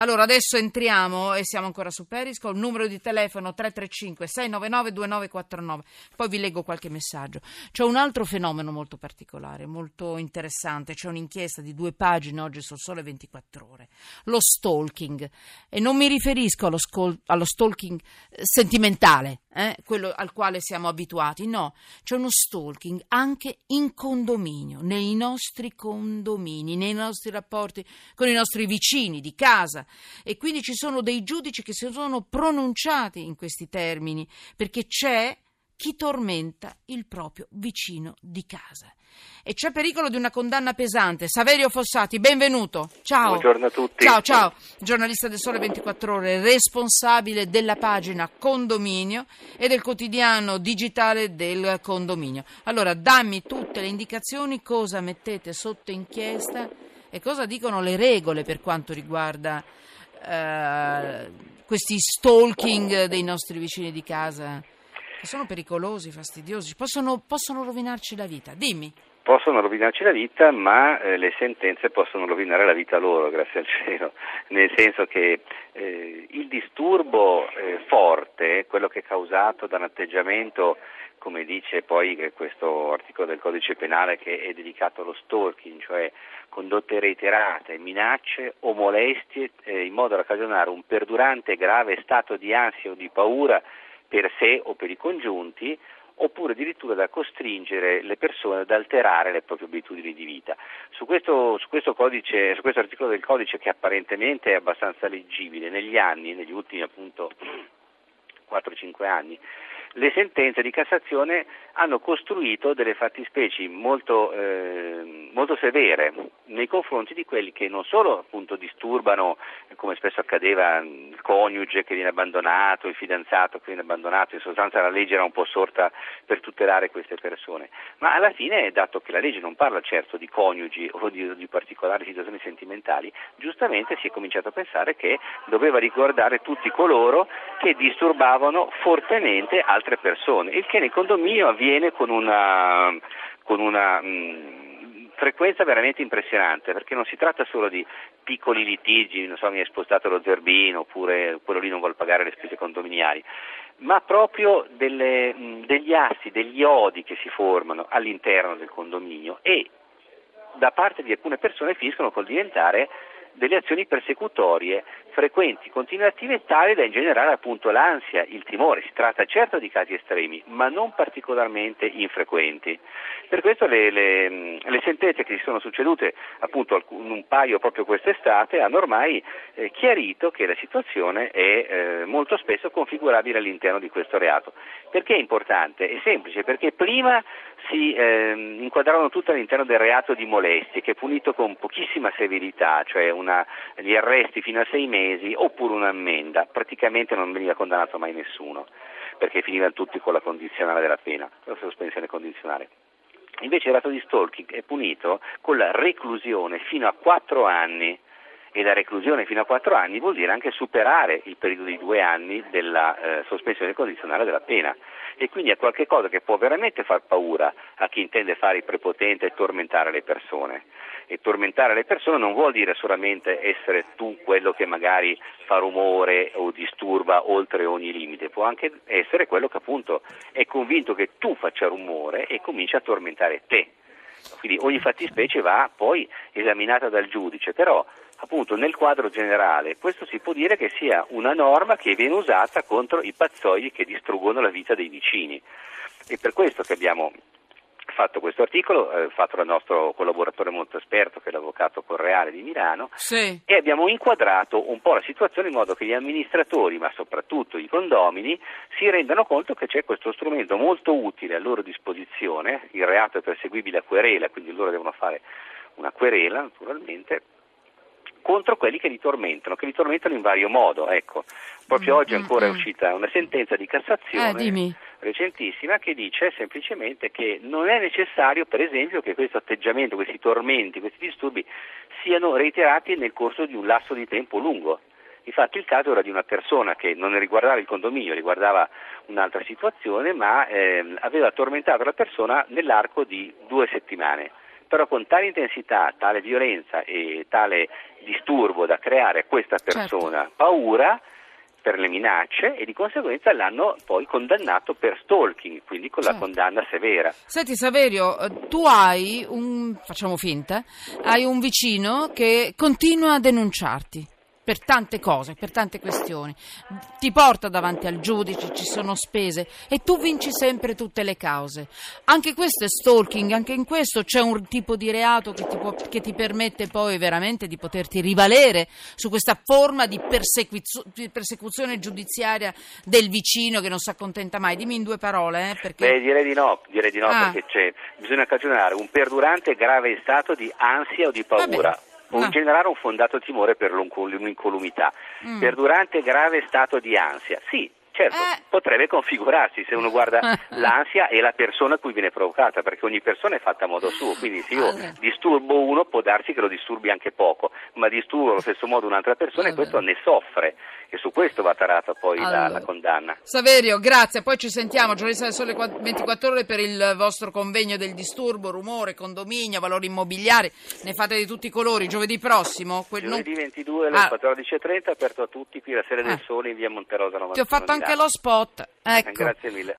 Allora, adesso entriamo e siamo ancora su Periscope, il numero di telefono 335-699-2949, poi vi leggo qualche messaggio. C'è un altro fenomeno molto particolare, molto interessante, c'è un'inchiesta di 2 pagine oggi sul Sole 24 Ore, lo stalking, e non mi riferisco allo stalking sentimentale, quello al quale siamo abituati, no, c'è uno stalking anche in condominio, nei nostri condomini, nei nostri rapporti con i nostri vicini di casa. E quindi ci sono dei giudici che si sono pronunciati in questi termini, perché c'è chi tormenta il proprio vicino di casa. E c'è pericolo di una condanna pesante. Saverio Fossati, benvenuto. Ciao. Buongiorno a tutti. Ciao. Giornalista del Sole 24 Ore, responsabile della pagina Condominio e del quotidiano digitale del condominio. Allora, dammi tutte le indicazioni, cosa mettete sotto inchiesta e cosa dicono le regole per quanto riguarda questi stalking dei nostri vicini di casa, che sono pericolosi, fastidiosi, possono rovinarci la vita. Dimmi. Possono rovinarci la vita, ma le sentenze possono rovinare la vita loro, grazie al cielo, nel senso che il disturbo forte, quello che è causato da un atteggiamento, come dice poi questo articolo del Codice Penale che è dedicato allo stalking, cioè condotte reiterate, minacce o molestie in modo da cagionare un perdurante e grave stato di ansia o di paura per sé o per i congiunti, oppure addirittura da costringere le persone ad alterare le proprie abitudini di vita. Su questo articolo del codice, che apparentemente è abbastanza leggibile, negli ultimi appunto 4-5 anni, le sentenze di Cassazione hanno costruito delle fattispecie molto severe nei confronti di quelli che non solo appunto disturbano, come spesso accadeva, il coniuge che viene abbandonato, il fidanzato che viene abbandonato. In sostanza la legge era un po' sorta per tutelare queste persone, ma alla fine, dato che la legge non parla certo di coniugi o di particolari situazioni sentimentali, giustamente si è cominciato a pensare che doveva riguardare tutti coloro che disturbavano fortemente altre persone, il che nel condominio avviene con una frequenza veramente impressionante, perché non si tratta solo di piccoli litigi, non so, mi è spostato lo zerbino, oppure quello lì non vuole pagare le spese condominiali, ma proprio degli assi, degli odi che si formano all'interno del condominio e da parte di alcune persone finiscono col diventare delle azioni persecutorie frequenti, continuative, tali da ingenerare appunto l'ansia, il timore. Si tratta certo di casi estremi, ma non particolarmente infrequenti. Per questo le sentenze che si sono succedute, appunto un paio proprio quest'estate, hanno ormai chiarito che la situazione è molto spesso configurabile all'interno di questo reato. Perché è importante? È semplice, perché prima si inquadravano tutte all'interno del reato di molestie, che è punito con pochissima severità, cioè gli arresti fino a 6 mesi oppure un'ammenda. Praticamente non veniva condannato mai nessuno, perché finivano tutti con la condizionale della pena, la sospensione condizionale. Invece il reato di stalking è punito con la reclusione fino a 4 anni, e la reclusione fino a 4 anni vuol dire anche superare il periodo di 2 anni della sospensione condizionale della pena, e quindi è qualche cosa che può veramente far paura a chi intende fare il prepotente e tormentare le persone. E tormentare le persone non vuol dire solamente essere tu quello che magari fa rumore o disturba oltre ogni limite, può anche essere quello che appunto è convinto che tu faccia rumore e comincia a tormentare te. Quindi ogni fattispecie va poi esaminata dal giudice, però appunto nel quadro generale questo si può dire che sia una norma che viene usata contro i pazzoi che distruggono la vita dei vicini. E per questo che abbiamo fatto questo articolo, fatto dal nostro collaboratore molto esperto, che è l'avvocato Correale di Milano, sì. E abbiamo inquadrato un po' la situazione in modo che gli amministratori, ma soprattutto i condomini, si rendano conto che c'è questo strumento molto utile a loro disposizione. Il reato è perseguibile a querela, quindi loro devono fare una querela naturalmente contro quelli che li tormentano in vario modo. Ecco, proprio oggi ancora è uscita una sentenza di Cassazione recentissima che dice semplicemente che non è necessario, per esempio, che questo atteggiamento, questi tormenti, questi disturbi siano reiterati nel corso di un lasso di tempo lungo. Infatti il caso era di una persona che non riguardava il condominio, riguardava un'altra situazione, ma aveva tormentato la persona nell'arco di 2 settimane. Però con tale intensità, tale violenza e tale disturbo da creare a questa persona paura per le minacce, e di conseguenza l'hanno poi condannato per stalking, quindi con la condanna severa. Senti Saverio, tu hai facciamo finta, hai un vicino che continua a denunciarti per tante cose, per tante questioni, ti porta davanti al giudice, ci sono spese e tu vinci sempre tutte le cause. Anche questo è stalking, anche in questo c'è un tipo di reato che ti permette poi veramente di poterti rivalere su questa forma di persecuzione giudiziaria del vicino che non si accontenta mai. Dimmi in 2 parole, perché... Direi di no, perché bisogna cagionare un perdurante grave stato di ansia o di paura. O generare un fondato timore per un'incolumità. Perdurante grave stato di ansia. Sì, certo, potrebbe configurarsi se uno guarda l'ansia e la persona a cui viene provocata, perché ogni persona è fatta a modo suo, quindi se io disturbo uno può darsi che lo disturbi anche poco, ma disturbo allo stesso modo un'altra persona e questo ne soffre, e su questo va tarata poi la condanna. Saverio, grazie, poi ci sentiamo, giornalista del Sole 24 Ore, per il vostro convegno del disturbo, rumore, condominio, valori immobiliari, ne fate di tutti i colori, giovedì prossimo. Giovedì 22 alle 14.30, aperto a tutti qui la Sede del Sole in via Monterosa 91. Ti ho fatto anche lo spot, ecco. Grazie mille.